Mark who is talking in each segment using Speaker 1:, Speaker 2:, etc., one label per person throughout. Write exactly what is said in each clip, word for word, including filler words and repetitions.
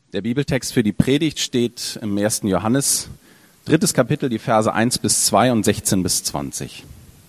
Speaker 1: Der Bibeltext für die Predigt steht im ersten Johannes, drittes Kapitel, die Verse eins bis zwei und sechzehn bis zwanzig.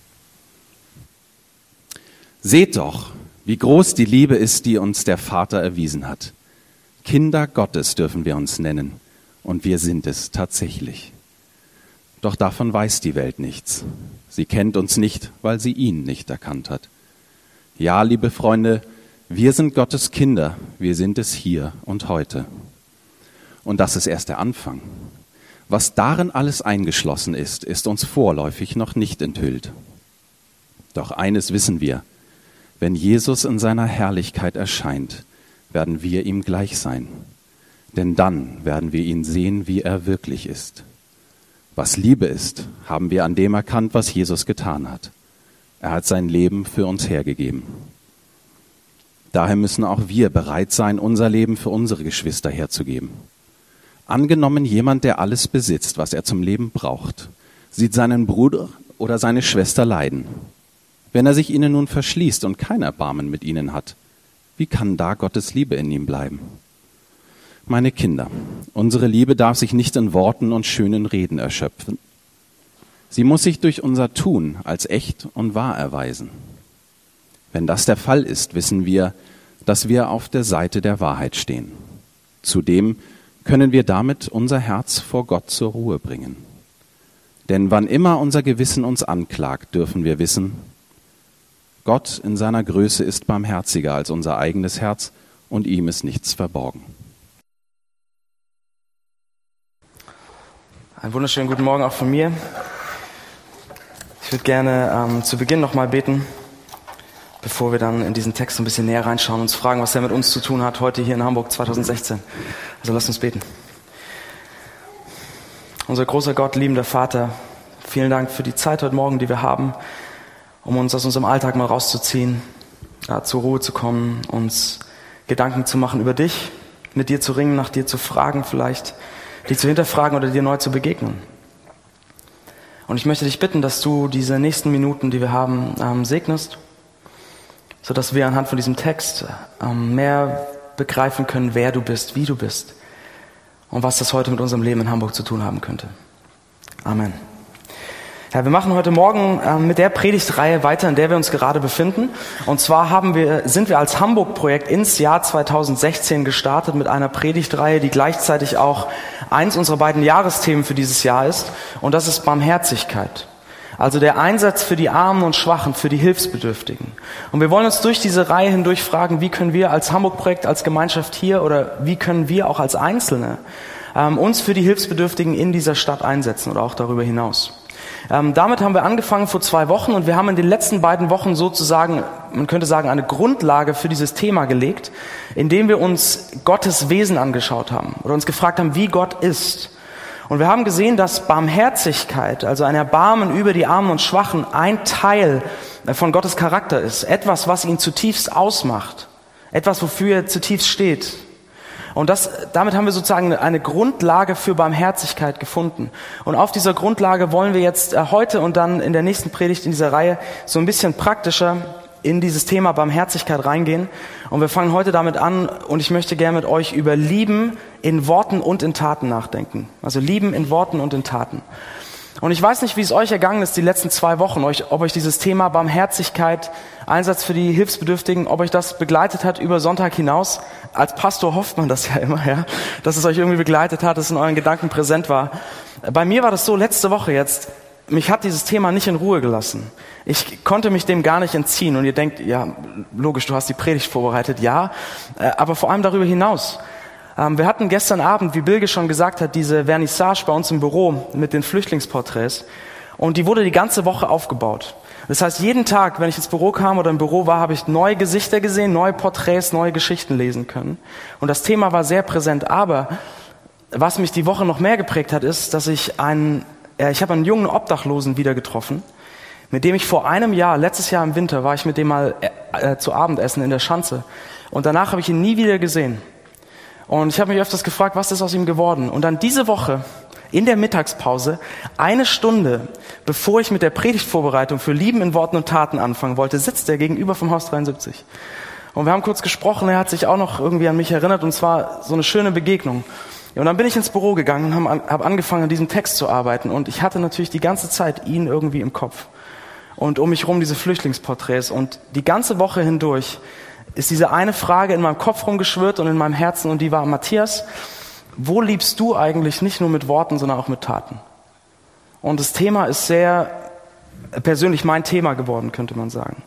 Speaker 1: Seht doch, wie groß die Liebe ist, die uns der Vater erwiesen hat. Kinder Gottes dürfen wir uns nennen, und wir sind es tatsächlich. Doch davon weiß die Welt nichts. Sie kennt uns nicht, weil sie ihn nicht erkannt hat. Ja, liebe Freunde, wir sind Gottes Kinder, wir sind es hier und heute. Und das ist erst der Anfang. Was darin alles eingeschlossen ist, ist uns vorläufig noch nicht enthüllt. Doch eines wissen wir: Wenn Jesus in seiner Herrlichkeit erscheint, werden wir ihm gleich sein. Denn dann werden wir ihn sehen, wie er wirklich ist. Was Liebe ist, haben wir an dem erkannt, was Jesus getan hat. Er hat sein Leben für uns hergegeben. Daher müssen auch wir bereit sein, unser Leben für unsere Geschwister herzugeben. Angenommen, jemand, der alles besitzt, was er zum Leben braucht, sieht seinen Bruder oder seine Schwester leiden. Wenn er sich ihnen nun verschließt und kein Erbarmen mit ihnen hat, wie kann da Gottes Liebe in ihm bleiben? Meine Kinder, unsere Liebe darf sich nicht in Worten und schönen Reden erschöpfen. Sie muss sich durch unser Tun als echt und wahr erweisen. Wenn das der Fall ist, wissen wir, dass wir auf der Seite der Wahrheit stehen. Zudem können wir damit unser Herz vor Gott zur Ruhe bringen. Denn wann immer unser Gewissen uns anklagt, dürfen wir wissen, Gott in seiner Größe ist barmherziger als unser eigenes Herz und ihm ist nichts verborgen.
Speaker 2: Einen wunderschönen guten Morgen auch von mir. Ich würde gerne ähm, zu Beginn nochmal beten, bevor wir dann in diesen Text ein bisschen näher reinschauen und uns fragen, was er mit uns zu tun hat heute hier in Hamburg zwanzig sechzehn. Also lasst uns beten. Unser großer Gott, liebender Vater, vielen Dank für die Zeit heute Morgen, die wir haben, um uns aus unserem Alltag mal rauszuziehen, ja, zur Ruhe zu kommen, uns Gedanken zu machen über dich, mit dir zu ringen, nach dir zu fragen vielleicht, dich zu hinterfragen oder dir neu zu begegnen. Und ich möchte dich bitten, dass du diese nächsten Minuten, die wir haben, ähm, segnest, sodass wir anhand von diesem Text ähm, mehr begreifen können, wer du bist, wie du bist und was das heute mit unserem Leben in Hamburg zu tun haben könnte. Amen. Ja, wir machen heute Morgen äh, mit der Predigtreihe weiter, in der wir uns gerade befinden. Und zwar haben wir, sind wir als Hamburg-Projekt ins Jahr zwanzig sechzehn gestartet mit einer Predigtreihe, die gleichzeitig auch eins unserer beiden Jahresthemen für dieses Jahr ist. Und das ist Barmherzigkeit. Also der Einsatz für die Armen und Schwachen, für die Hilfsbedürftigen. Und wir wollen uns durch diese Reihe hindurch fragen, wie können wir als Hamburg-Projekt, als Gemeinschaft hier oder wie können wir auch als Einzelne ähm, uns für die Hilfsbedürftigen in dieser Stadt einsetzen oder auch darüber hinaus. Ähm, damit haben wir angefangen vor zwei Wochen und wir haben in den letzten beiden Wochen sozusagen, man könnte sagen, eine Grundlage für dieses Thema gelegt, indem wir uns Gottes Wesen angeschaut haben oder uns gefragt haben, wie Gott ist. Und wir haben gesehen, dass Barmherzigkeit, also ein Erbarmen über die Armen und Schwachen, ein Teil von Gottes Charakter ist. Etwas, was ihn zutiefst ausmacht. Etwas, wofür er zutiefst steht. Und das, damit haben wir sozusagen eine Grundlage für Barmherzigkeit gefunden. Und auf dieser Grundlage wollen wir jetzt heute und dann in der nächsten Predigt in dieser Reihe so ein bisschen praktischer in dieses Thema Barmherzigkeit reingehen. Und wir fangen heute damit an und ich möchte gerne mit euch über Lieben in Worten und in Taten nachdenken. Also Lieben in Worten und in Taten. Und ich weiß nicht, wie es euch ergangen ist die letzten zwei Wochen, ob euch dieses Thema Barmherzigkeit, Einsatz für die Hilfsbedürftigen, ob euch das begleitet hat über Sonntag hinaus. Als Pastor hofft man das ja immer, ja, dass es euch irgendwie begleitet hat, dass es in euren Gedanken präsent war. Bei mir war das so letzte Woche jetzt, mich hat dieses Thema nicht in Ruhe gelassen. Ich konnte mich dem gar nicht entziehen. Und ihr denkt, ja, logisch, du hast die Predigt vorbereitet, ja, aber vor allem darüber hinaus. Wir hatten gestern Abend, wie Bilge schon gesagt hat, diese Vernissage bei uns im Büro mit den Flüchtlingsporträts. Und die wurde die ganze Woche aufgebaut. Das heißt, jeden Tag, wenn ich ins Büro kam oder im Büro war, habe ich neue Gesichter gesehen, neue Porträts, neue Geschichten lesen können. Und das Thema war sehr präsent. Aber was mich die Woche noch mehr geprägt hat, ist, dass ich einen, äh, ich habe einen jungen Obdachlosen wieder getroffen, mit dem ich vor einem Jahr, letztes Jahr im Winter, war ich mit dem mal äh, zu Abendessen in der Schanze. Und danach habe ich ihn nie wieder gesehen. Und ich habe mich öfters gefragt, was ist aus ihm geworden? Und dann diese Woche, in der Mittagspause, eine Stunde, bevor ich mit der Predigtvorbereitung für Lieben in Worten und Taten anfangen wollte, sitzt er gegenüber vom Haus dreiundsiebzig. Und wir haben kurz gesprochen, er hat sich auch noch irgendwie an mich erinnert und zwar so eine schöne Begegnung. Und dann bin ich ins Büro gegangen und habe hab angefangen, an diesem Text zu arbeiten. Und ich hatte natürlich die ganze Zeit ihn irgendwie im Kopf. Und um mich rum diese Flüchtlingsporträts. Und die ganze Woche hindurch ist diese eine Frage in meinem Kopf rumgeschwirrt und in meinem Herzen. Und die war, Matthias, wo liebst du eigentlich nicht nur mit Worten, sondern auch mit Taten? Und das Thema ist sehr persönlich mein Thema geworden, könnte man sagen.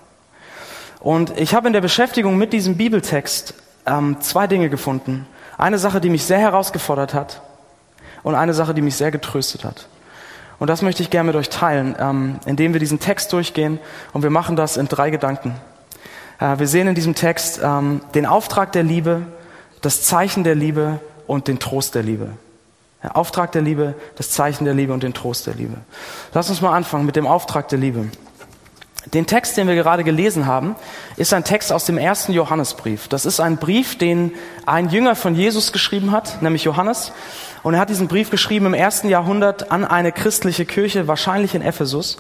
Speaker 2: Und ich habe in der Beschäftigung mit diesem Bibeltext ähm, zwei Dinge gefunden. Eine Sache, die mich sehr herausgefordert hat und eine Sache, die mich sehr getröstet hat. Und das möchte ich gerne mit euch teilen, ähm, indem wir diesen Text durchgehen und wir machen das in drei Gedanken. Äh, wir sehen in diesem Text ähm, den Auftrag der Liebe, das Zeichen der Liebe und den Trost der Liebe. Der Auftrag der Liebe, das Zeichen der Liebe und den Trost der Liebe. Lass uns mal anfangen mit dem Auftrag der Liebe. Den Text, den wir gerade gelesen haben, ist ein Text aus dem ersten Johannesbrief. Das ist ein Brief, den ein Jünger von Jesus geschrieben hat, nämlich Johannes. Und er hat diesen Brief geschrieben im ersten Jahrhundert an eine christliche Kirche, wahrscheinlich in Ephesus.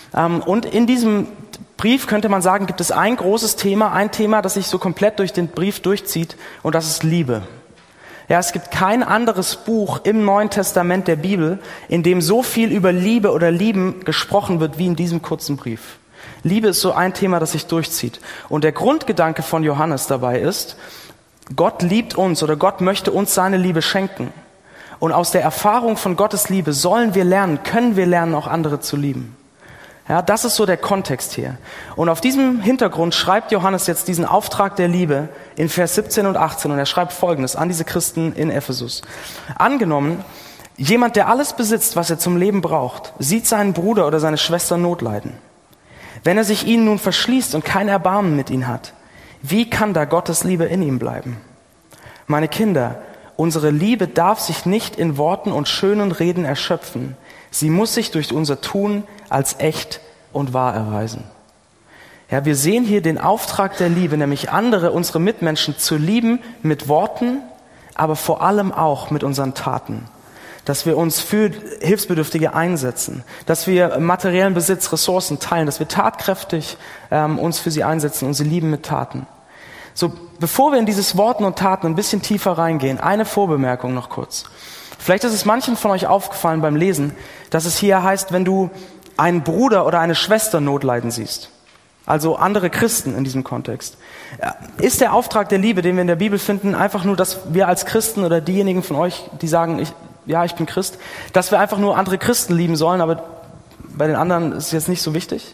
Speaker 2: Und in diesem Brief, könnte man sagen, gibt es ein großes Thema, ein Thema, das sich so komplett durch den Brief durchzieht, und das ist Liebe. Ja, es gibt kein anderes Buch im Neuen Testament der Bibel, in dem so viel über Liebe oder Lieben gesprochen wird wie in diesem kurzen Brief. Liebe ist so ein Thema, das sich durchzieht. Und der Grundgedanke von Johannes dabei ist, Gott liebt uns oder Gott möchte uns seine Liebe schenken. Und aus der Erfahrung von Gottes Liebe sollen wir lernen, können wir lernen, auch andere zu lieben. Ja, das ist so der Kontext hier. Und auf diesem Hintergrund schreibt Johannes jetzt diesen Auftrag der Liebe in Vers siebzehn und achtzehn. Und er schreibt Folgendes an diese Christen in Ephesus. Angenommen, jemand, der alles besitzt, was er zum Leben braucht, sieht seinen Bruder oder seine Schwester Not leiden. Wenn er sich ihnen nun verschließt und kein Erbarmen mit ihnen hat, wie kann da Gottes Liebe in ihm bleiben? Meine Kinder, unsere Liebe darf sich nicht in Worten und schönen Reden erschöpfen. Sie muss sich durch unser Tun als echt und wahr erweisen. Ja, wir sehen hier den Auftrag der Liebe, nämlich andere, unsere Mitmenschen zu lieben mit Worten, aber vor allem auch mit unseren Taten. Dass wir uns für Hilfsbedürftige einsetzen, dass wir materiellen Besitz, Ressourcen teilen, dass wir tatkräftig ähm, uns für sie einsetzen und sie lieben mit Taten. So, bevor wir in dieses Worten und Taten ein bisschen tiefer reingehen, eine Vorbemerkung noch kurz. Vielleicht ist es manchen von euch aufgefallen beim Lesen, dass es hier heißt, wenn du einen Bruder oder eine Schwester Not leiden siehst, also andere Christen in diesem Kontext, ist der Auftrag der Liebe, den wir in der Bibel finden, einfach nur, dass wir als Christen oder diejenigen von euch, die sagen, ich, ja, ich bin Christ, dass wir einfach nur andere Christen lieben sollen, aber bei den anderen ist es jetzt nicht so wichtig?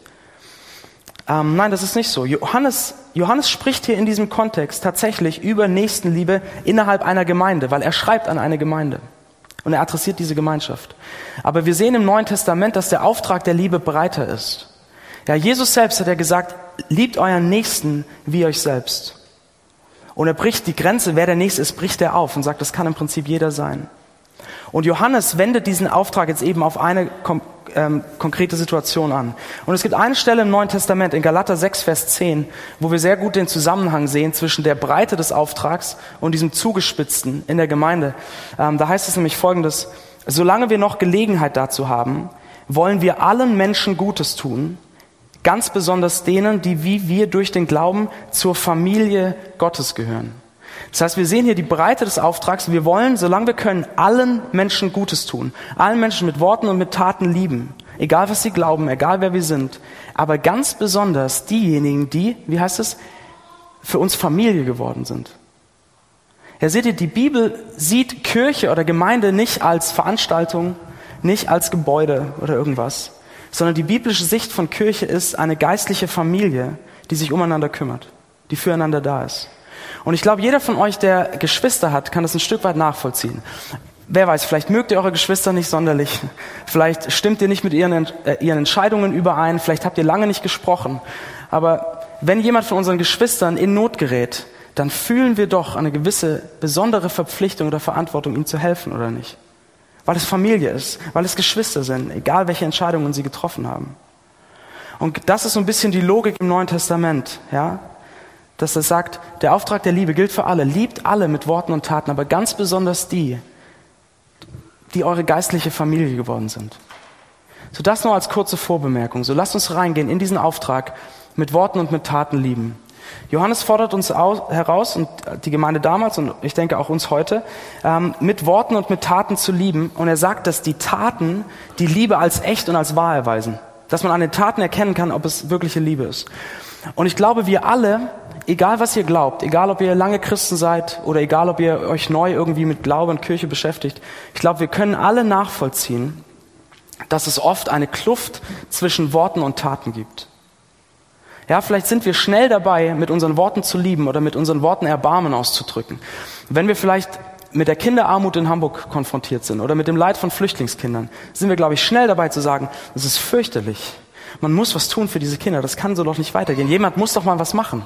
Speaker 2: Ähm, nein, das ist nicht so. Johannes, Johannes spricht hier in diesem Kontext tatsächlich über Nächstenliebe innerhalb einer Gemeinde, weil er schreibt an eine Gemeinde. Und er adressiert diese Gemeinschaft. Aber wir sehen im Neuen Testament, dass der Auftrag der Liebe breiter ist. Ja, Jesus selbst hat ja gesagt, liebt euren Nächsten wie euch selbst. Und er bricht die Grenze, wer der Nächste ist, bricht er auf und sagt, das kann im Prinzip jeder sein. Und Johannes wendet diesen Auftrag jetzt eben auf eine kom- ähm, konkrete Situation an. Und es gibt eine Stelle im Neuen Testament, in Galater sechs, Vers zehn, wo wir sehr gut den Zusammenhang sehen zwischen der Breite des Auftrags und diesem Zugespitzten in der Gemeinde. Ähm, da heißt es nämlich Folgendes: Solange wir noch Gelegenheit dazu haben, wollen wir allen Menschen Gutes tun, ganz besonders denen, die wie wir durch den Glauben zur Familie Gottes gehören. Das heißt, wir sehen hier die Breite des Auftrags. Wir wollen, solange wir können, allen Menschen Gutes tun. Allen Menschen mit Worten und mit Taten lieben. Egal, was sie glauben, egal, wer wir sind. Aber ganz besonders diejenigen, die, wie heißt es, für uns Familie geworden sind. Ja, seht ihr, die Bibel sieht Kirche oder Gemeinde nicht als Veranstaltung, nicht als Gebäude oder irgendwas, sondern die biblische Sicht von Kirche ist eine geistliche Familie, die sich umeinander kümmert, die füreinander da ist. Und ich glaube, jeder von euch, der Geschwister hat, kann das ein Stück weit nachvollziehen. Wer weiß, vielleicht mögt ihr eure Geschwister nicht sonderlich. Vielleicht stimmt ihr nicht mit ihren, äh, ihren Entscheidungen überein. Vielleicht habt ihr lange nicht gesprochen. Aber wenn jemand von unseren Geschwistern in Not gerät, dann fühlen wir doch eine gewisse besondere Verpflichtung oder Verantwortung, ihm zu helfen, oder nicht? Weil es Familie ist, weil es Geschwister sind, egal welche Entscheidungen sie getroffen haben. Und das ist so ein bisschen die Logik im Neuen Testament, ja? Dass es sagt, der Auftrag der Liebe gilt für alle. Liebt alle mit Worten und Taten, aber ganz besonders die, die eure geistliche Familie geworden sind. So, das nur als kurze Vorbemerkung. So, lasst uns reingehen in diesen Auftrag, mit Worten und mit Taten lieben. Johannes fordert uns aus, heraus, und die Gemeinde damals und ich denke auch uns heute, ähm, mit Worten und mit Taten zu lieben. Und er sagt, dass die Taten die Liebe als echt und als wahr erweisen. Dass man an den Taten erkennen kann, ob es wirkliche Liebe ist. Und ich glaube, wir alle, egal was ihr glaubt, egal ob ihr lange Christen seid oder egal ob ihr euch neu irgendwie mit Glaube und Kirche beschäftigt, ich glaube, wir können alle nachvollziehen, dass es oft eine Kluft zwischen Worten und Taten gibt. Ja, vielleicht sind wir schnell dabei, mit unseren Worten zu lieben oder mit unseren Worten Erbarmen auszudrücken. Wenn wir vielleicht mit der Kinderarmut in Hamburg konfrontiert sind oder mit dem Leid von Flüchtlingskindern, sind wir, glaube ich, schnell dabei zu sagen, das ist fürchterlich. Man muss was tun für diese Kinder, das kann so doch nicht weitergehen. Jemand muss doch mal was machen.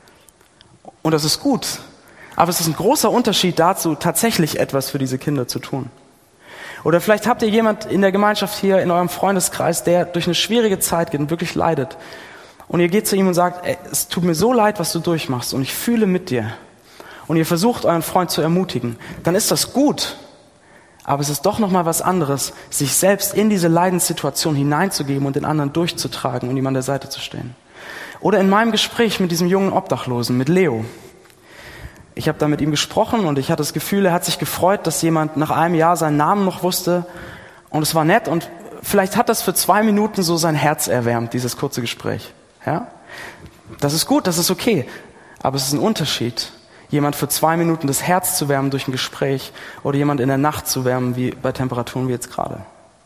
Speaker 2: Und das ist gut. Aber es ist ein großer Unterschied dazu, tatsächlich etwas für diese Kinder zu tun. Oder vielleicht habt ihr jemand in der Gemeinschaft hier, in eurem Freundeskreis, der durch eine schwierige Zeit geht und wirklich leidet. Und ihr geht zu ihm und sagt, ey, es tut mir so leid, was du durchmachst und ich fühle mit dir. Und ihr versucht, euren Freund zu ermutigen. Dann ist das gut. Aber es ist doch nochmal was anderes, sich selbst in diese Leidenssituation hineinzugeben und den anderen durchzutragen und ihm an der Seite zu stehen. Oder in meinem Gespräch mit diesem jungen Obdachlosen, mit Leo. Ich habe da mit ihm gesprochen und ich hatte das Gefühl, er hat sich gefreut, dass jemand nach einem Jahr seinen Namen noch wusste. Und es war nett und vielleicht hat das für zwei Minuten so sein Herz erwärmt, dieses kurze Gespräch. Ja? Das ist gut, das ist okay. Aber es ist ein Unterschied, jemand für zwei Minuten das Herz zu wärmen durch ein Gespräch oder jemand in der Nacht zu wärmen, wie bei Temperaturen wie jetzt gerade.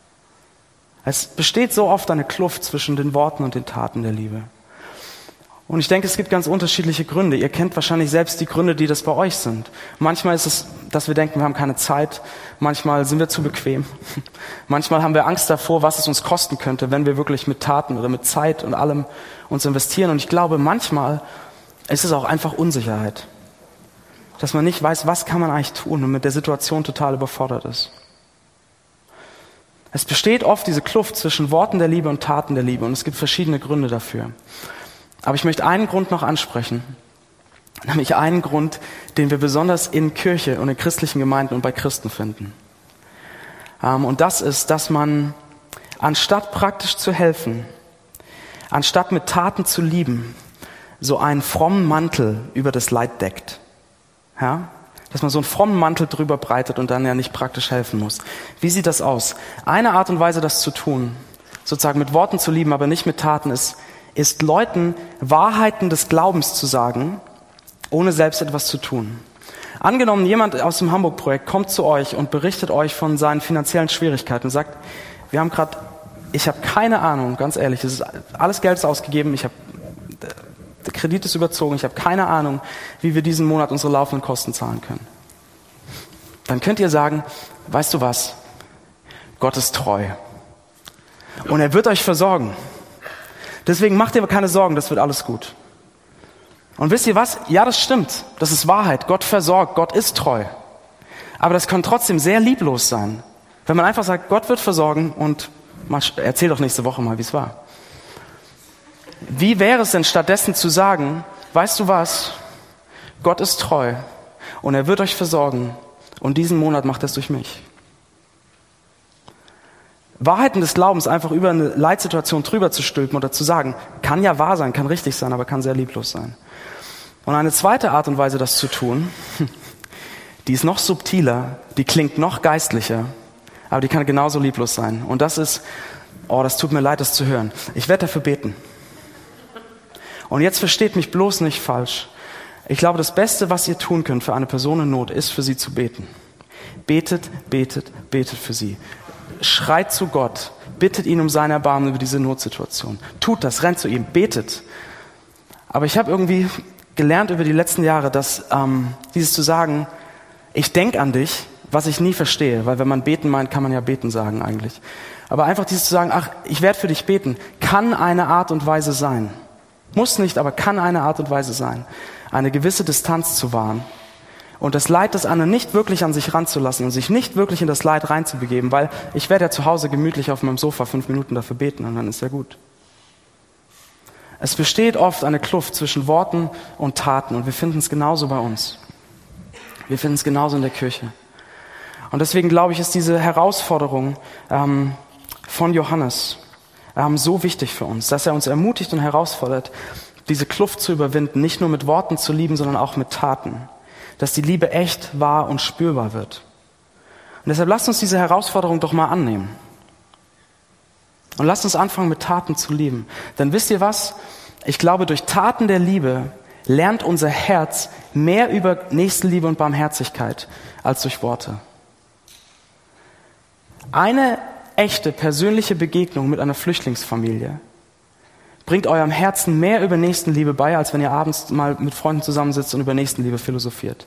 Speaker 2: Es besteht so oft eine Kluft zwischen den Worten und den Taten der Liebe. Und ich denke, es gibt ganz unterschiedliche Gründe. Ihr kennt wahrscheinlich selbst die Gründe, die das bei euch sind. Manchmal ist es, dass wir denken, wir haben keine Zeit. Manchmal sind wir zu bequem. Manchmal haben wir Angst davor, was es uns kosten könnte, wenn wir wirklich mit Taten oder mit Zeit und allem uns investieren. Und ich glaube, manchmal ist es auch einfach Unsicherheit. Dass man nicht weiß, was kann man eigentlich tun und mit der Situation total überfordert ist. Es besteht oft diese Kluft zwischen Worten der Liebe und Taten der Liebe. Und es gibt verschiedene Gründe dafür. Aber ich möchte einen Grund noch ansprechen, nämlich einen Grund, den wir besonders in Kirche und in christlichen Gemeinden und bei Christen finden. Und das ist, dass man anstatt praktisch zu helfen, anstatt mit Taten zu lieben, so einen frommen Mantel über das Leid deckt. Ja? Dass man so einen frommen Mantel drüber breitet und dann ja nicht praktisch helfen muss. Wie sieht das aus? Eine Art und Weise, das zu tun, sozusagen mit Worten zu lieben, aber nicht mit Taten, ist, ist Leuten Wahrheiten des Glaubens zu sagen, ohne selbst etwas zu tun. Angenommen, jemand aus dem Hamburg-Projekt kommt zu euch und berichtet euch von seinen finanziellen Schwierigkeiten und sagt, wir haben gerade, ich habe keine Ahnung, ganz ehrlich, es ist alles Geld ist ausgegeben, ich habe, der Kredit ist überzogen, ich habe keine Ahnung, wie wir diesen Monat unsere laufenden Kosten zahlen können. Dann könnt ihr sagen, weißt du was, Gott ist treu und er wird euch versorgen. Deswegen macht ihr keine Sorgen, das wird alles gut. Und wisst ihr was? Ja, das stimmt. Das ist Wahrheit. Gott versorgt. Gott ist treu. Aber das kann trotzdem sehr lieblos sein. Wenn man einfach sagt, Gott wird versorgen und erzähl doch nächste Woche mal, wie es war. Wie wäre es denn stattdessen zu sagen, weißt du was? Gott ist treu und er wird euch versorgen und diesen Monat macht er es durch mich. Wahrheiten des Glaubens einfach über eine Leitsituation drüber zu stülpen oder zu sagen, kann ja wahr sein, kann richtig sein, aber kann sehr lieblos sein. Und eine zweite Art und Weise, das zu tun, die ist noch subtiler, die klingt noch geistlicher, aber die kann genauso lieblos sein. Und das ist, oh, das tut mir leid, das zu hören. Ich werde dafür beten. Und jetzt versteht mich bloß nicht falsch. Ich glaube, das Beste, was ihr tun könnt für eine Person in Not, ist, für sie zu beten. Betet, betet, betet für sie. Schreit zu Gott, bittet ihn um sein Erbarmen über diese Notsituation. Tut das, rennt zu ihm, betet. Aber ich habe irgendwie gelernt über die letzten Jahre, dass ähm, dieses zu sagen, ich denke an dich, was ich nie verstehe, weil wenn man beten meint, kann man ja beten sagen eigentlich. Aber einfach dieses zu sagen, ach, ich werde für dich beten, kann eine Art und Weise sein. Muss nicht, aber kann eine Art und Weise sein, eine gewisse Distanz zu wahren. Und das Leid des anderen nicht wirklich an sich ranzulassen und sich nicht wirklich in das Leid reinzubegeben, weil ich werde ja zu Hause gemütlich auf meinem Sofa fünf Minuten dafür beten und dann ist ja gut. Es besteht oft eine Kluft zwischen Worten und Taten und wir finden es genauso bei uns. Wir finden es genauso in der Kirche. Und deswegen glaube ich, ist diese Herausforderung ähm, von Johannes ähm, so wichtig für uns, dass er uns ermutigt und herausfordert, diese Kluft zu überwinden, nicht nur mit Worten zu lieben, sondern auch mit Taten. Dass die Liebe echt, wahr und spürbar wird. Und deshalb lasst uns diese Herausforderung doch mal annehmen. Und lasst uns anfangen, mit Taten zu lieben. Denn wisst ihr was? Ich glaube, durch Taten der Liebe lernt unser Herz mehr über Nächstenliebe und Barmherzigkeit als durch Worte. Eine echte persönliche Begegnung mit einer Flüchtlingsfamilie bringt eurem Herzen mehr über Nächstenliebe bei, als wenn ihr abends mal mit Freunden zusammensitzt und über Nächstenliebe philosophiert.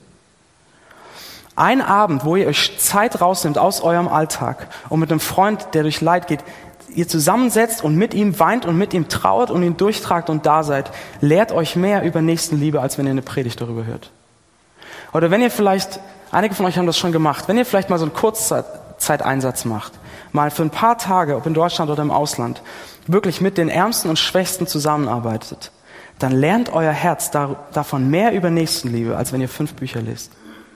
Speaker 2: Ein Abend, wo ihr euch Zeit rausnimmt aus eurem Alltag und mit einem Freund, der durch Leid geht, ihr zusammensetzt und mit ihm weint und mit ihm trauert und ihn durchtragt und da seid, lehrt euch mehr über Nächstenliebe, als wenn ihr eine Predigt darüber hört. Oder wenn ihr vielleicht, einige von euch haben das schon gemacht, wenn ihr vielleicht mal so einen Kurzzeiteinsatz macht, mal für ein paar Tage, ob in Deutschland oder im Ausland, wirklich mit den Ärmsten und Schwächsten zusammenarbeitet, dann lernt euer Herz davon mehr über Nächstenliebe, als wenn ihr fünf Bücher lest.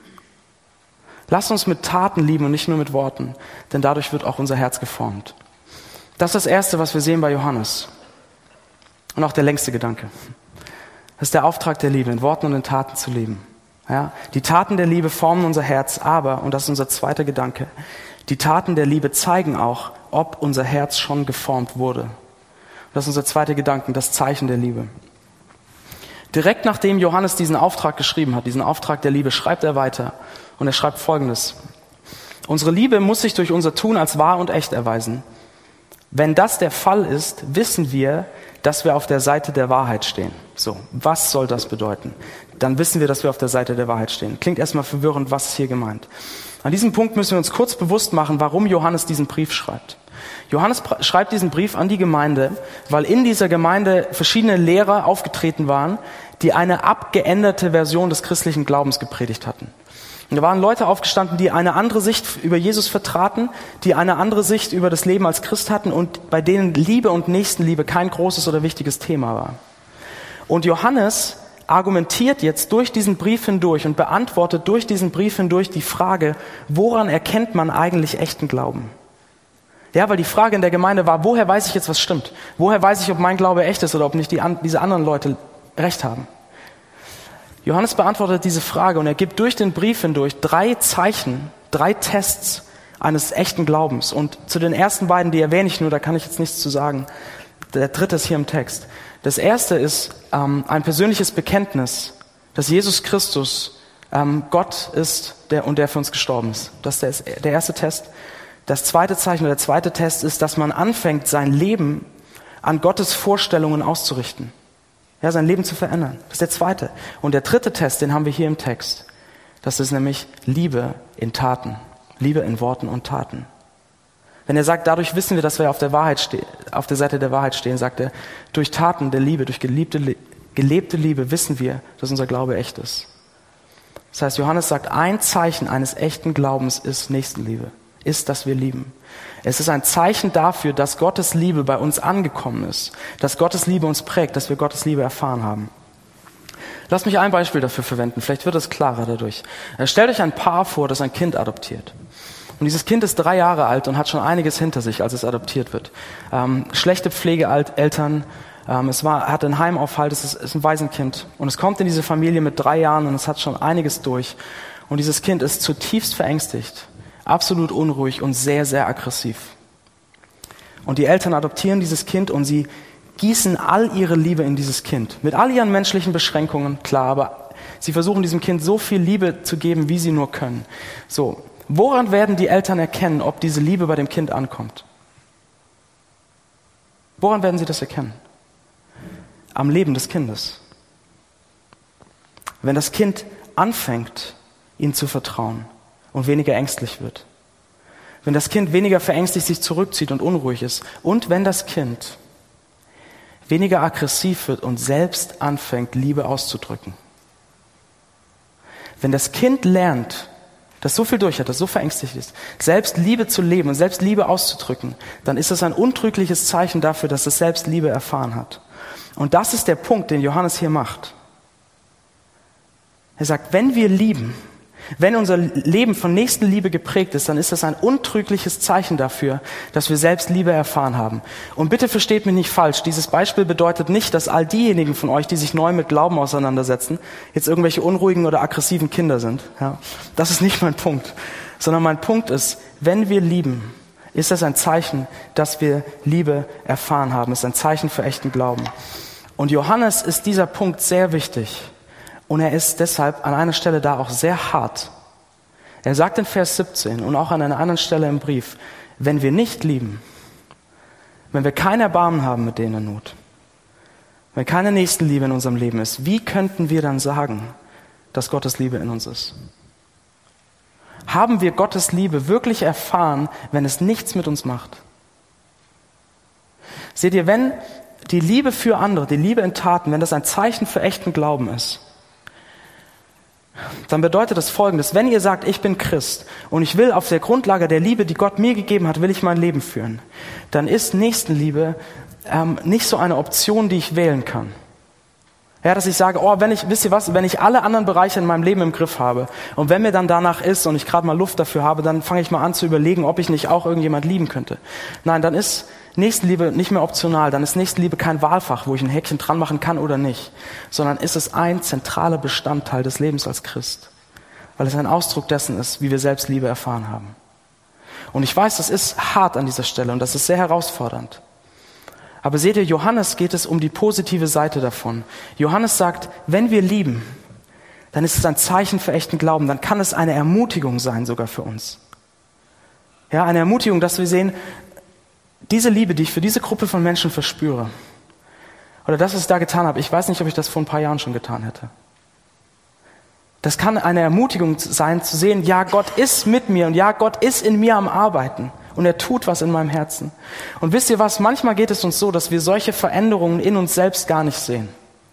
Speaker 2: Lasst uns mit Taten lieben und nicht nur mit Worten, denn dadurch wird auch unser Herz geformt. Das ist das Erste, was wir sehen bei Johannes. Und auch der längste Gedanke. Das ist der Auftrag der Liebe, in Worten und in Taten zu lieben. Ja? Die Taten der Liebe formen unser Herz, aber, und das ist unser zweiter Gedanke, die Taten der Liebe zeigen auch, ob unser Herz schon geformt wurde. Das ist unser zweiter Gedanke, das Zeichen der Liebe. Direkt nachdem Johannes diesen Auftrag geschrieben hat, diesen Auftrag der Liebe, schreibt er weiter. Und er schreibt Folgendes. Unsere Liebe muss sich durch unser Tun als wahr und echt erweisen. Wenn das der Fall ist, wissen wir, dass wir auf der Seite der Wahrheit stehen. So, was soll das bedeuten? Dann wissen wir, dass wir auf der Seite der Wahrheit stehen. Klingt erstmal verwirrend, was ist hier gemeint? An diesem Punkt müssen wir uns kurz bewusst machen, warum Johannes diesen Brief schreibt. Johannes schreibt diesen Brief an die Gemeinde, weil in dieser Gemeinde verschiedene Lehrer aufgetreten waren, die eine abgeänderte Version des christlichen Glaubens gepredigt hatten. Und da waren Leute aufgestanden, die eine andere Sicht über Jesus vertraten, die eine andere Sicht über das Leben als Christ hatten und bei denen Liebe und Nächstenliebe kein großes oder wichtiges Thema war. Und Johannes argumentiert jetzt durch diesen Brief hindurch und beantwortet durch diesen Brief hindurch die Frage, woran erkennt man eigentlich echten Glauben? Ja, weil die Frage in der Gemeinde war, woher weiß ich jetzt, was stimmt? Woher weiß ich, ob mein Glaube echt ist oder ob nicht die, diese anderen Leute recht haben? Johannes beantwortet diese Frage und er gibt durch den Brief hindurch drei Zeichen, drei Tests eines echten Glaubens. Und zu den ersten beiden, die erwähne ich nur, da kann ich jetzt nichts zu sagen. Der dritte ist hier im Text. Das erste ist ähm, ein persönliches Bekenntnis, dass Jesus Christus ähm, Gott ist der, und der für uns gestorben ist. Das ist der, der erste Test. Das zweite Zeichen oder der zweite Test ist, dass man anfängt, sein Leben an Gottes Vorstellungen auszurichten. Ja, sein Leben zu verändern. Das ist der zweite. Und der dritte Test, den haben wir hier im Text. Das ist nämlich Liebe in Taten. Liebe in Worten und Taten. Wenn er sagt, dadurch wissen wir, dass wir auf der Wahrheit stehen, auf der Seite der Wahrheit stehen, sagt er, durch Taten der Liebe, durch geliebte, gelebte Liebe wissen wir, dass unser Glaube echt ist. Das heißt, Johannes sagt, ein Zeichen eines echten Glaubens ist Nächstenliebe, ist, dass wir lieben. Es ist ein Zeichen dafür, dass Gottes Liebe bei uns angekommen ist, dass Gottes Liebe uns prägt, dass wir Gottes Liebe erfahren haben. Lasst mich ein Beispiel dafür verwenden, vielleicht wird es klarer dadurch. Stellt euch ein Paar vor, das ein Kind adoptiert. Und dieses Kind ist drei Jahre alt und hat schon einiges hinter sich, als es adoptiert wird. Ähm, schlechte Pflegeeltern, ähm, es war, hat einen Heimaufhalt, es ist, ist ein Waisenkind. Und es kommt in diese Familie mit drei Jahren und es hat schon einiges durch. Und dieses Kind ist zutiefst verängstigt, absolut unruhig und sehr, sehr aggressiv. Und die Eltern adoptieren dieses Kind und sie gießen all ihre Liebe in dieses Kind. Mit all ihren menschlichen Beschränkungen, klar, aber sie versuchen diesem Kind so viel Liebe zu geben, wie sie nur können. So, woran werden die Eltern erkennen, ob diese Liebe bei dem Kind ankommt? Woran werden sie das erkennen? Am Leben des Kindes. Wenn das Kind anfängt, ihnen zu vertrauen und weniger ängstlich wird. Wenn das Kind weniger verängstigt sich zurückzieht und unruhig ist. Und wenn das Kind weniger aggressiv wird und selbst anfängt, Liebe auszudrücken. Wenn das Kind lernt, das so viel durch hat, das so verängstigt ist, selbst Liebe zu leben und selbst Liebe auszudrücken, dann ist das ein untrügliches Zeichen dafür, dass es selbst Liebe erfahren hat. Und das ist der Punkt, den Johannes hier macht. Er sagt, wenn wir lieben, Wenn unser Leben von Nächstenliebe geprägt ist, dann ist das ein untrügliches Zeichen dafür, dass wir selbst Liebe erfahren haben. Und bitte versteht mich nicht falsch, dieses Beispiel bedeutet nicht, dass all diejenigen von euch, die sich neu mit Glauben auseinandersetzen, jetzt irgendwelche unruhigen oder aggressiven Kinder sind. Ja, das ist nicht mein Punkt. Sondern mein Punkt ist, wenn wir lieben, ist das ein Zeichen, dass wir Liebe erfahren haben. Es ist ein Zeichen für echten Glauben. Und Johannes ist dieser Punkt sehr wichtig. Und er ist deshalb an einer Stelle da auch sehr hart. Er sagt in Vers siebzehn und auch an einer anderen Stelle im Brief, wenn wir nicht lieben, wenn wir kein Erbarmen haben mit denen in Not, wenn keine Nächstenliebe in unserem Leben ist, wie könnten wir dann sagen, dass Gottes Liebe in uns ist? Haben wir Gottes Liebe wirklich erfahren, wenn es nichts mit uns macht? Seht ihr, wenn die Liebe für andere, die Liebe in Taten, wenn das ein Zeichen für echten Glauben ist, dann bedeutet das Folgendes: Wenn ihr sagt, ich bin Christ und ich will auf der Grundlage der Liebe, die Gott mir gegeben hat, will ich mein Leben führen, dann ist Nächstenliebe ähm, nicht so eine Option, die ich wählen kann. Ja, dass ich sage, oh, wenn ich, wisst ihr was, wenn ich alle anderen Bereiche in meinem Leben im Griff habe und wenn mir dann danach ist und ich gerade mal Luft dafür habe, dann fange ich mal an zu überlegen, ob ich nicht auch irgendjemand lieben könnte. Nein, dann ist Nächstenliebe nicht mehr optional, dann ist Nächstenliebe kein Wahlfach, wo ich ein Häkchen dran machen kann oder nicht, sondern ist es ein zentraler Bestandteil des Lebens als Christ, weil es ein Ausdruck dessen ist, wie wir selbst Liebe erfahren haben. Und ich weiß, das ist hart an dieser Stelle und das ist sehr herausfordernd. Aber seht ihr, Johannes geht es um die positive Seite davon. Johannes sagt, wenn wir lieben, dann ist es ein Zeichen für echten Glauben, dann kann es eine Ermutigung sein sogar für uns. Ja, eine Ermutigung, dass wir sehen, diese Liebe, die ich für diese Gruppe von Menschen verspüre, oder das, was ich da getan habe, ich weiß nicht, ob ich das vor ein paar Jahren schon getan hätte. Das kann eine Ermutigung sein, zu sehen, ja, Gott ist mit mir und ja, Gott ist in mir am Arbeiten. Und er tut was in meinem Herzen. Und wisst ihr was, manchmal geht es uns so, dass wir solche Veränderungen in uns selbst gar nicht sehen.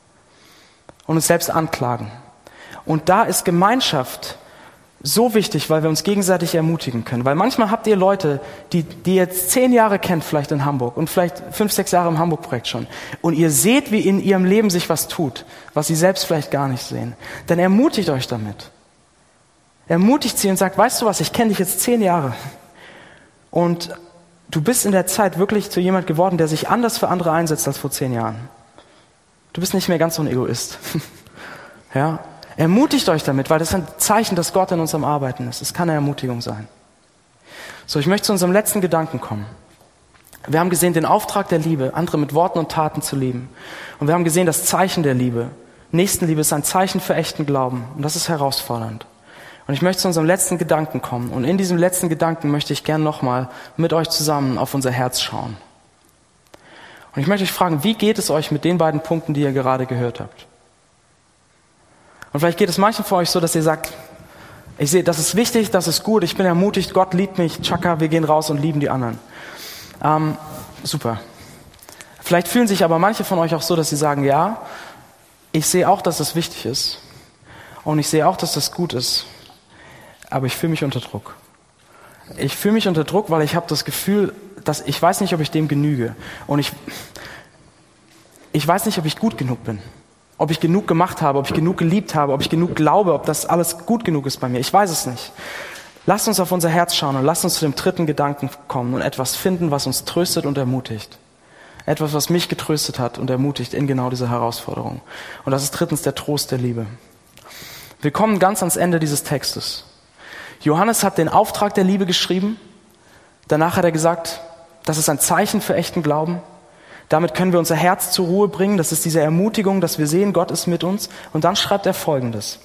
Speaker 2: Und uns selbst anklagen. Und da ist Gemeinschaft so wichtig, weil wir uns gegenseitig ermutigen können. Weil manchmal habt ihr Leute, die, die ihr jetzt zehn Jahre kennt, vielleicht in Hamburg und vielleicht fünf, sechs Jahre im Hamburg-Projekt schon. Und ihr seht, wie in ihrem Leben sich was tut, was sie selbst vielleicht gar nicht sehen. Dann ermutigt euch damit. Ermutigt sie und sagt, weißt du was, ich kenne dich jetzt zehn Jahre. Und du bist in der Zeit wirklich zu jemand geworden, der sich anders für andere einsetzt als vor zehn Jahren. Du bist nicht mehr ganz so ein Egoist. Ja? Ermutigt euch damit, weil das ist ein Zeichen, dass Gott in uns am Arbeiten ist. Es kann eine Ermutigung sein. So, ich möchte zu unserem letzten Gedanken kommen. Wir haben gesehen den Auftrag der Liebe, andere mit Worten und Taten zu lieben. Und wir haben gesehen das Zeichen der Liebe. Nächstenliebe ist ein Zeichen für echten Glauben. Und das ist herausfordernd. Und ich möchte zu unserem letzten Gedanken kommen. Und in diesem letzten Gedanken möchte ich gern nochmal mit euch zusammen auf unser Herz schauen. Und ich möchte euch fragen, wie geht es euch mit den beiden Punkten, die ihr gerade gehört habt? Und vielleicht geht es manchen von euch so, dass ihr sagt, ich sehe, das ist wichtig, das ist gut, ich bin ermutigt, Gott liebt mich, tschakka, wir gehen raus und lieben die anderen. Ähm, super. Vielleicht fühlen sich aber manche von euch auch so, dass sie sagen, ja, ich sehe auch, dass das wichtig ist. Und ich sehe auch, dass das gut ist. Aber ich fühle mich unter Druck. Ich fühle mich unter Druck, weil ich habe das Gefühl, dass ich weiß nicht, ob ich dem genüge. Und ich, ich weiß nicht, ob ich gut genug bin. Ob ich genug gemacht habe, ob ich genug geliebt habe, ob ich genug glaube, ob das alles gut genug ist bei mir. Ich weiß es nicht. Lasst uns auf unser Herz schauen und lasst uns zu dem dritten Gedanken kommen und etwas finden, was uns tröstet und ermutigt. Etwas, was mich getröstet hat und ermutigt in genau dieser Herausforderung. Und das ist drittens der Trost der Liebe. Wir kommen ganz ans Ende dieses Textes. Johannes hat den Auftrag der Liebe geschrieben. Danach hat er gesagt, das ist ein Zeichen für echten Glauben. Damit können wir unser Herz zur Ruhe bringen. Das ist diese Ermutigung, dass wir sehen, Gott ist mit uns. Und dann schreibt er Folgendes.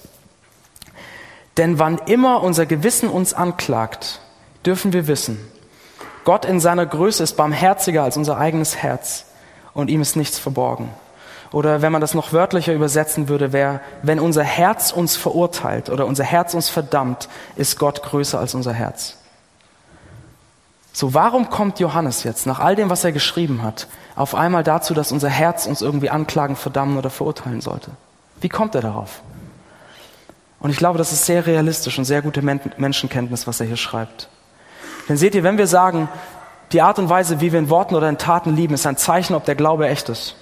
Speaker 2: Denn wann immer unser Gewissen uns anklagt, dürfen wir wissen, Gott in seiner Größe ist barmherziger als unser eigenes Herz und ihm ist nichts verborgen. Oder wenn man das noch wörtlicher übersetzen würde, wäre, wenn unser Herz uns verurteilt oder unser Herz uns verdammt, ist Gott größer als unser Herz. So, warum kommt Johannes jetzt, nach all dem, was er geschrieben hat, auf einmal dazu, dass unser Herz uns irgendwie anklagen, verdammen oder verurteilen sollte? Wie kommt er darauf? Und ich glaube, das ist sehr realistisch und sehr gute Menschenkenntnis, was er hier schreibt. Denn seht ihr, wenn wir sagen, die Art und Weise, wie wir in Worten oder in Taten lieben, ist ein Zeichen, ob der Glaube echt ist,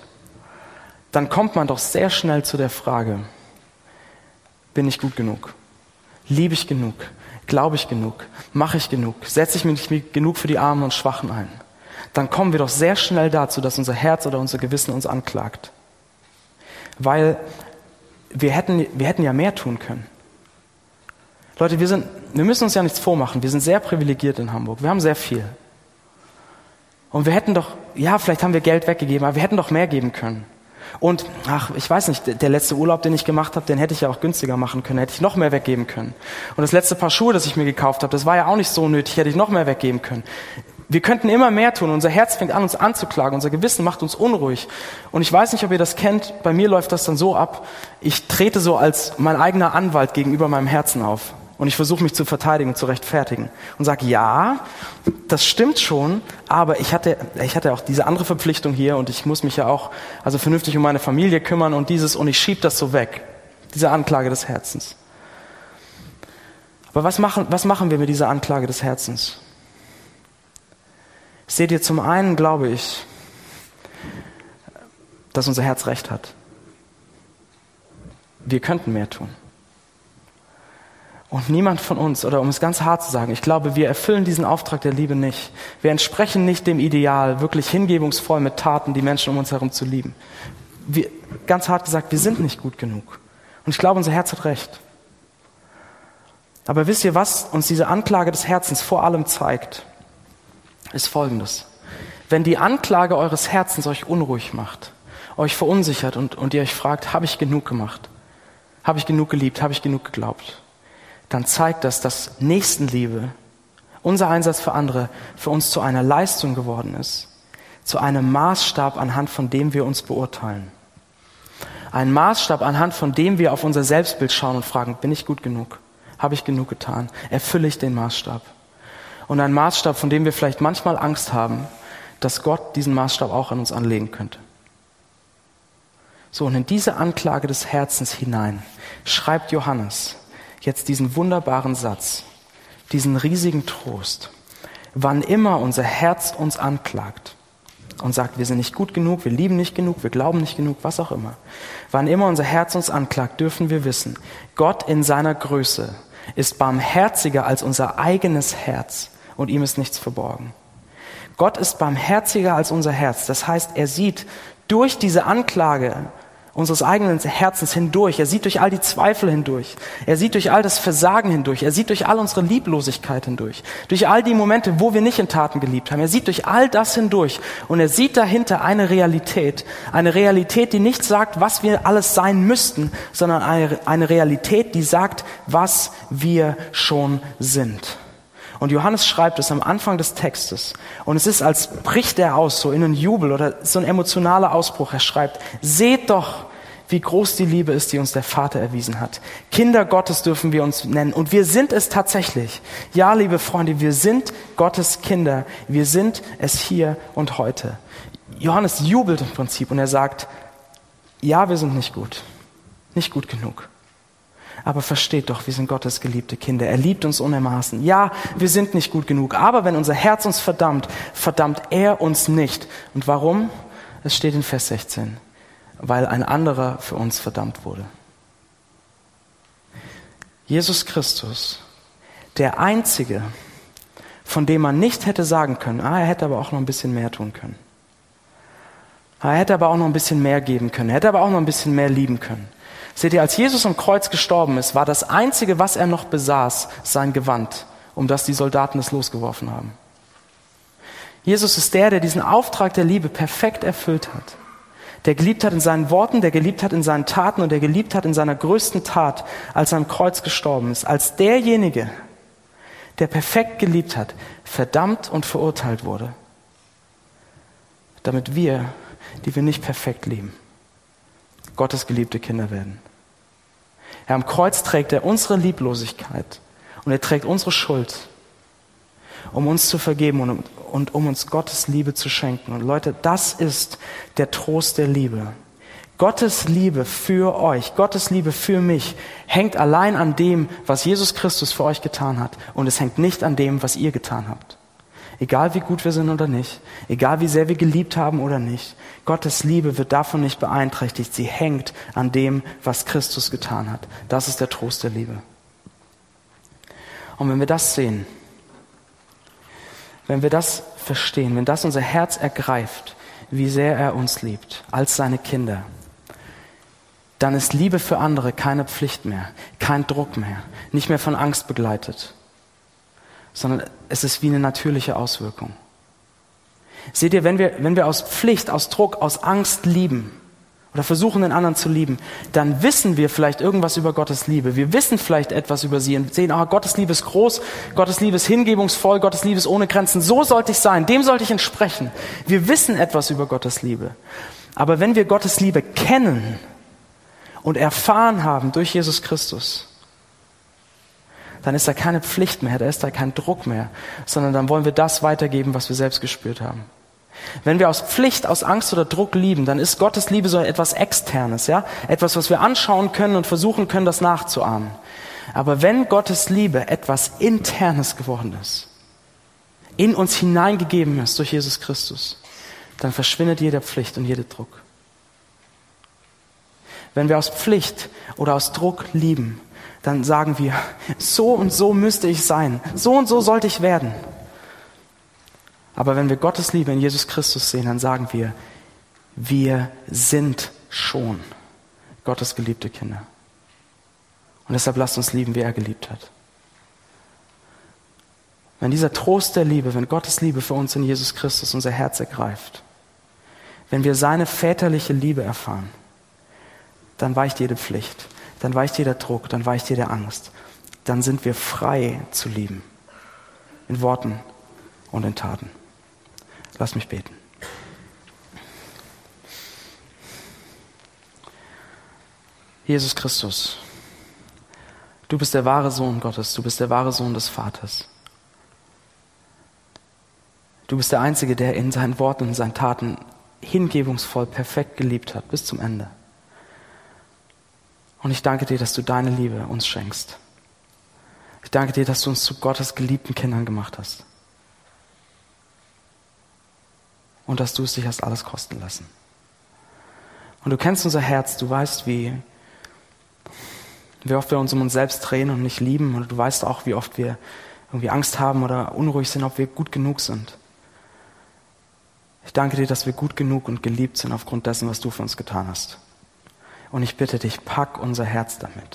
Speaker 2: dann kommt man doch sehr schnell zu der Frage, bin ich gut genug? Liebe ich genug? Glaube ich genug? Mache ich genug? Setze ich mich genug für die Armen und Schwachen ein? Dann kommen wir doch sehr schnell dazu, dass unser Herz oder unser Gewissen uns anklagt. Weil wir hätten, wir hätten ja mehr tun können. Leute, wir sind, wir müssen uns ja nichts vormachen. Wir sind sehr privilegiert in Hamburg. Wir haben sehr viel. Und wir hätten doch, ja, vielleicht haben wir Geld weggegeben, aber wir hätten doch mehr geben können. Und, ach, ich weiß nicht, der letzte Urlaub, den ich gemacht habe, den hätte ich ja auch günstiger machen können, hätte ich noch mehr weggeben können. Und das letzte Paar Schuhe, das ich mir gekauft habe, das war ja auch nicht so nötig, hätte ich noch mehr weggeben können. Wir könnten immer mehr tun. Unser Herz fängt an, uns anzuklagen. Unser Gewissen macht uns unruhig. Und ich weiß nicht, ob ihr das kennt. Bei mir läuft das dann so ab. Ich trete so als mein eigener Anwalt gegenüber meinem Herzen auf. Und ich versuche mich zu verteidigen und zu rechtfertigen. Und sage, ja, das stimmt schon. Aber ich hatte, ich hatte auch diese andere Verpflichtung hier. Und ich muss mich ja auch also vernünftig um meine Familie kümmern und dieses. Und ich schiebe das so weg. Diese Anklage des Herzens. Aber was machen, was machen wir mit dieser Anklage des Herzens? Seht ihr, zum einen glaube ich, dass unser Herz recht hat. Wir könnten mehr tun. Und niemand von uns, oder um es ganz hart zu sagen, ich glaube, wir erfüllen diesen Auftrag der Liebe nicht. Wir entsprechen nicht dem Ideal, wirklich hingebungsvoll mit Taten die Menschen um uns herum zu lieben. Wir, ganz hart gesagt, wir sind nicht gut genug. Und ich glaube, unser Herz hat recht. Aber wisst ihr, was uns diese Anklage des Herzens vor allem zeigt? Ist Folgendes. Wenn die Anklage eures Herzens euch unruhig macht, euch verunsichert und, und ihr euch fragt, habe ich genug gemacht? Habe ich genug geliebt? Habe ich genug geglaubt? Dann zeigt das, dass Nächstenliebe, unser Einsatz für andere, für uns zu einer Leistung geworden ist, zu einem Maßstab, anhand von dem wir uns beurteilen. Ein Maßstab, anhand von dem wir auf unser Selbstbild schauen und fragen, bin ich gut genug? Habe ich genug getan? Erfülle ich den Maßstab? Und ein Maßstab, von dem wir vielleicht manchmal Angst haben, dass Gott diesen Maßstab auch an uns anlegen könnte. So, und in diese Anklage des Herzens hinein schreibt Johannes jetzt diesen wunderbaren Satz, diesen riesigen Trost. Wann immer unser Herz uns anklagt und sagt, wir sind nicht gut genug, wir lieben nicht genug, wir glauben nicht genug, was auch immer. Wann immer unser Herz uns anklagt, dürfen wir wissen, Gott in seiner Größe ist barmherziger als unser eigenes Herz und ihm ist nichts verborgen. Gott ist barmherziger als unser Herz. Das heißt, er sieht durch diese Anklage unseres eigenen Herzens hindurch. Er sieht durch all die Zweifel hindurch. Er sieht durch all das Versagen hindurch. Er sieht durch all unsere Lieblosigkeit hindurch. Durch all die Momente, wo wir nicht in Taten geliebt haben. Er sieht durch all das hindurch. Und er sieht dahinter eine Realität. Eine Realität, die nicht sagt, was wir alles sein müssten, sondern eine, eine Realität, die sagt, was wir schon sind. Und Johannes schreibt es am Anfang des Textes. Und es ist, als bricht er aus, so in einen Jubel oder so ein emotionaler Ausbruch. Er schreibt, seht doch, wie groß die Liebe ist, die uns der Vater erwiesen hat. Kinder Gottes dürfen wir uns nennen. Und wir sind es tatsächlich. Ja, liebe Freunde, wir sind Gottes Kinder. Wir sind es hier und heute. Johannes jubelt im Prinzip und er sagt, ja, wir sind nicht gut. Nicht gut genug. Aber versteht doch, wir sind Gottes geliebte Kinder. Er liebt uns unermaßen. Ja, wir sind nicht gut genug. Aber wenn unser Herz uns verdammt, verdammt er uns nicht. Und warum? Es steht in Vers sechzehn. Weil ein anderer für uns verdammt wurde. Jesus Christus, der Einzige, von dem man nicht hätte sagen können, ah, er hätte aber auch noch ein bisschen mehr tun können. Er hätte aber auch noch ein bisschen mehr geben können. Er hätte aber auch noch ein bisschen mehr lieben können. Seht ihr, als Jesus am Kreuz gestorben ist, war das Einzige, was er noch besaß, sein Gewand, um das die Soldaten es losgeworfen haben. Jesus ist der, der diesen Auftrag der Liebe perfekt erfüllt hat. Der geliebt hat in seinen Worten, der geliebt hat in seinen Taten und der geliebt hat in seiner größten Tat, als er am Kreuz gestorben ist. Als derjenige, der perfekt geliebt hat, verdammt und verurteilt wurde. Damit wir, die wir nicht perfekt lieben, Gottes geliebte Kinder werden. Er am Kreuz trägt er unsere Lieblosigkeit und er trägt unsere Schuld, um uns zu vergeben und um, und um uns Gottes Liebe zu schenken. Und Leute, das ist der Trost der Liebe. Gottes Liebe für euch, Gottes Liebe für mich hängt allein an dem, was Jesus Christus für euch getan hat. Und es hängt nicht an dem, was ihr getan habt. Egal wie gut wir sind oder nicht, egal wie sehr wir geliebt haben oder nicht, Gottes Liebe wird davon nicht beeinträchtigt. Sie hängt an dem, was Christus getan hat. Das ist der Trost der Liebe. Und wenn wir das sehen, wenn wir das verstehen, wenn das unser Herz ergreift, wie sehr er uns liebt, als seine Kinder, dann ist Liebe für andere keine Pflicht mehr, kein Druck mehr, nicht mehr von Angst begleitet, sondern es ist wie eine natürliche Auswirkung. Seht ihr, wenn wir, wenn wir aus Pflicht, aus Druck, aus Angst lieben oder versuchen, den anderen zu lieben, dann wissen wir vielleicht irgendwas über Gottes Liebe. Wir wissen vielleicht etwas über sie und sehen, oh, Gottes Liebe ist groß, Gottes Liebe ist hingebungsvoll, Gottes Liebe ist ohne Grenzen. So sollte ich sein, dem sollte ich entsprechen. Wir wissen etwas über Gottes Liebe. Aber wenn wir Gottes Liebe kennen und erfahren haben durch Jesus Christus, dann ist da keine Pflicht mehr, da ist da kein Druck mehr, sondern dann wollen wir das weitergeben, was wir selbst gespürt haben. Wenn wir aus Pflicht, aus Angst oder Druck lieben, dann ist Gottes Liebe so etwas Externes, ja, etwas, was wir anschauen können und versuchen können, das nachzuahmen. Aber wenn Gottes Liebe etwas Internes geworden ist, in uns hineingegeben ist durch Jesus Christus, dann verschwindet jede Pflicht und jeder Druck. Wenn wir aus Pflicht oder aus Druck lieben, dann sagen wir, so und so müsste ich sein, so und so sollte ich werden. Aber wenn wir Gottes Liebe in Jesus Christus sehen, dann sagen wir, wir sind schon Gottes geliebte Kinder. Und deshalb lasst uns lieben, wie er geliebt hat. Wenn dieser Trost der Liebe, wenn Gottes Liebe für uns in Jesus Christus unser Herz ergreift, wenn wir seine väterliche Liebe erfahren, dann weicht jede Pflicht, dann weicht jeder Druck, dann weicht jede Angst. Dann sind wir frei zu lieben. In Worten und in Taten. Lass mich beten. Jesus Christus, du bist der wahre Sohn Gottes, du bist der wahre Sohn des Vaters. Du bist der Einzige, der in seinen Worten und in seinen Taten hingebungsvoll, perfekt geliebt hat, bis zum Ende. Und ich danke dir, dass du deine Liebe uns schenkst. Ich danke dir, dass du uns zu Gottes geliebten Kindern gemacht hast. Und dass du es dich hast alles kosten lassen. Und du kennst unser Herz, du weißt, wie, wie oft wir uns um uns selbst drehen und nicht lieben. Und du weißt auch, wie oft wir irgendwie Angst haben oder unruhig sind, ob wir gut genug sind. Ich danke dir, dass wir gut genug und geliebt sind aufgrund dessen, was du für uns getan hast. Und ich bitte dich, pack unser Herz damit.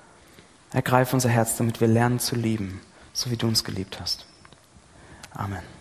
Speaker 2: Ergreif unser Herz, damit wir lernen zu lieben, so wie du uns geliebt hast. Amen.